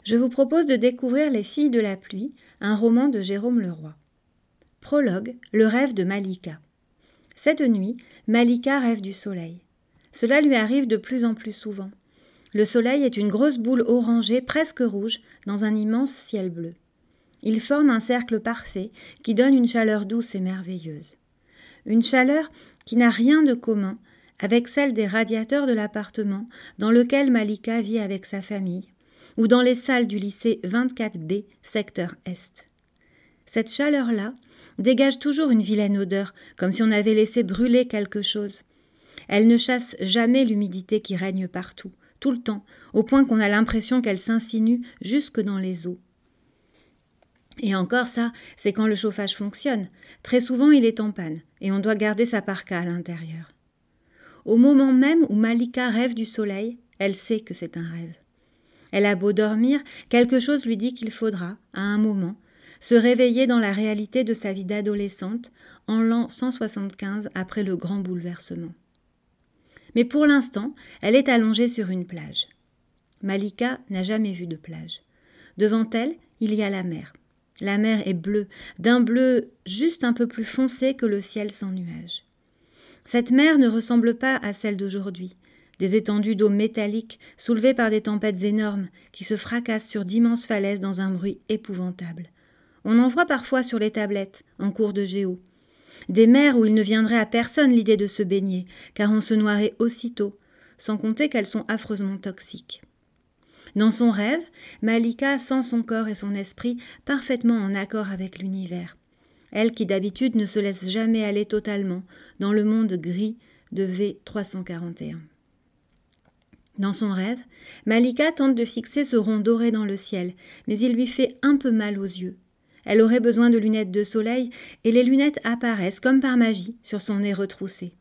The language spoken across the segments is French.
je vous propose de découvrir Les filles de la pluie, un roman de Jérôme Leroy. Prologue, le rêve de Malika. Cette nuit, Malika rêve du soleil. Cela lui arrive de plus en plus souvent. Le soleil est une grosse boule orangée, presque rouge, dans un immense ciel bleu. Il forme un cercle parfait qui donne une chaleur douce et merveilleuse. Une chaleur qui n'a rien de commun avec celle des radiateurs de l'appartement dans lequel Malika vit avec sa famille, ou dans les salles du lycée 24B, secteur Est. Cette chaleur-là dégage toujours une vilaine odeur, comme si on avait laissé brûler quelque chose. Elle ne chasse jamais l'humidité qui règne partout, tout le temps, au point qu'on a l'impression qu'elle s'insinue jusque dans les os. Et encore ça, c'est quand le chauffage fonctionne. Très souvent, il est en panne, et on doit garder sa parka à l'intérieur. Au moment même où Malika rêve du soleil, elle sait que c'est un rêve. Elle a beau dormir, quelque chose lui dit qu'il faudra, à un moment, se réveiller dans la réalité de sa vie d'adolescente en l'an 175 après le grand bouleversement. Mais pour l'instant, elle est allongée sur une plage. Malika n'a jamais vu de plage. Devant elle, il y a la mer. La mer est bleue, d'un bleu juste un peu plus foncé que le ciel sans nuages. Cette mer ne ressemble pas à celle d'aujourd'hui. Des étendues d'eau métallique soulevées par des tempêtes énormes qui se fracassent sur d'immenses falaises dans un bruit épouvantable. On en voit parfois sur les tablettes, en cours de géo. Des mers où il ne viendrait à personne l'idée de se baigner, car on se noierait aussitôt, sans compter qu'elles sont affreusement toxiques. Dans son rêve, Malika sent son corps et son esprit parfaitement en accord avec l'univers. Elle qui d'habitude ne se laisse jamais aller totalement dans le monde gris de V341. Dans son rêve, Malika tente de fixer ce rond doré dans le ciel, mais il lui fait un peu mal aux yeux. Elle aurait besoin de lunettes de soleil et les lunettes apparaissent comme par magie sur son nez retroussé.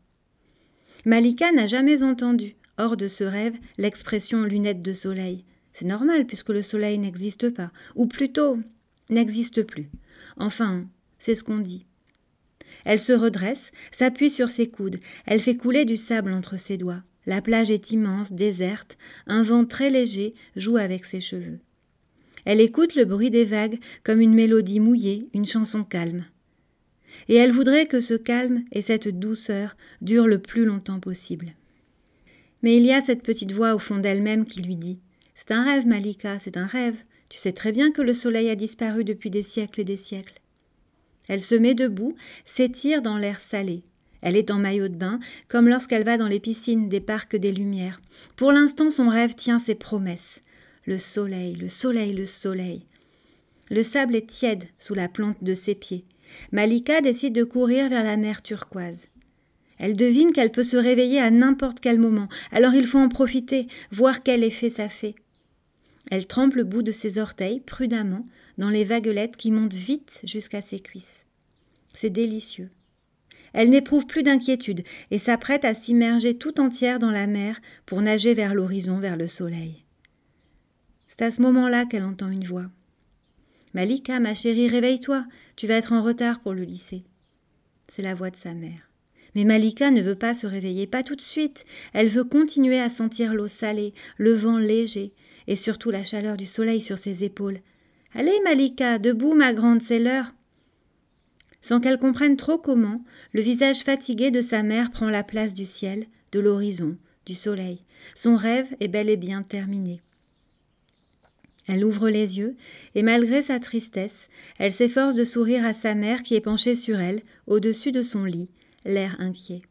Malika n'a jamais entendu, hors de ce rêve, l'expression lunettes de soleil. C'est normal puisque le soleil n'existe pas, ou plutôt n'existe plus. Enfin, c'est ce qu'on dit. Elle se redresse, s'appuie sur ses coudes, elle fait couler du sable entre ses doigts. La plage est immense, déserte, un vent très léger joue avec ses cheveux. Elle écoute le bruit des vagues comme une mélodie mouillée, une chanson calme. Et elle voudrait que ce calme et cette douceur durent le plus longtemps possible. Mais il y a cette petite voix au fond d'elle-même qui lui dit « C'est un rêve, Malika, c'est un rêve. Tu sais très bien que le soleil a disparu depuis des siècles et des siècles. » Elle se met debout, s'étire dans l'air salé. Elle est en maillot de bain, comme lorsqu'elle va dans les piscines des parcs des Lumières. Pour l'instant, son rêve tient ses promesses. Le soleil, le soleil, le soleil. Le sable est tiède sous la plante de ses pieds. Malika décide de courir vers la mer turquoise. Elle devine qu'elle peut se réveiller à n'importe quel moment, alors il faut en profiter, voir quel effet ça fait. Elle trempe le bout de ses orteils, prudemment, dans les vaguelettes qui montent vite jusqu'à ses cuisses. C'est délicieux. Elle n'éprouve plus d'inquiétude et s'apprête à s'immerger tout entière dans la mer pour nager vers l'horizon, vers le soleil. C'est à ce moment-là qu'elle entend une voix. « Malika, ma chérie, réveille-toi, tu vas être en retard pour le lycée. » C'est la voix de sa mère. Mais Malika ne veut pas se réveiller, pas tout de suite. Elle veut continuer à sentir l'eau salée, le vent léger et surtout la chaleur du soleil sur ses épaules. « Allez, Malika, debout, ma grande, c'est l'heure. » Sans qu'elle comprenne trop comment, le visage fatigué de sa mère prend la place du ciel, de l'horizon, du soleil. Son rêve est bel et bien terminé. Elle ouvre les yeux et malgré sa tristesse, elle s'efforce de sourire à sa mère qui est penchée sur elle, au-dessus de son lit, l'air inquiet.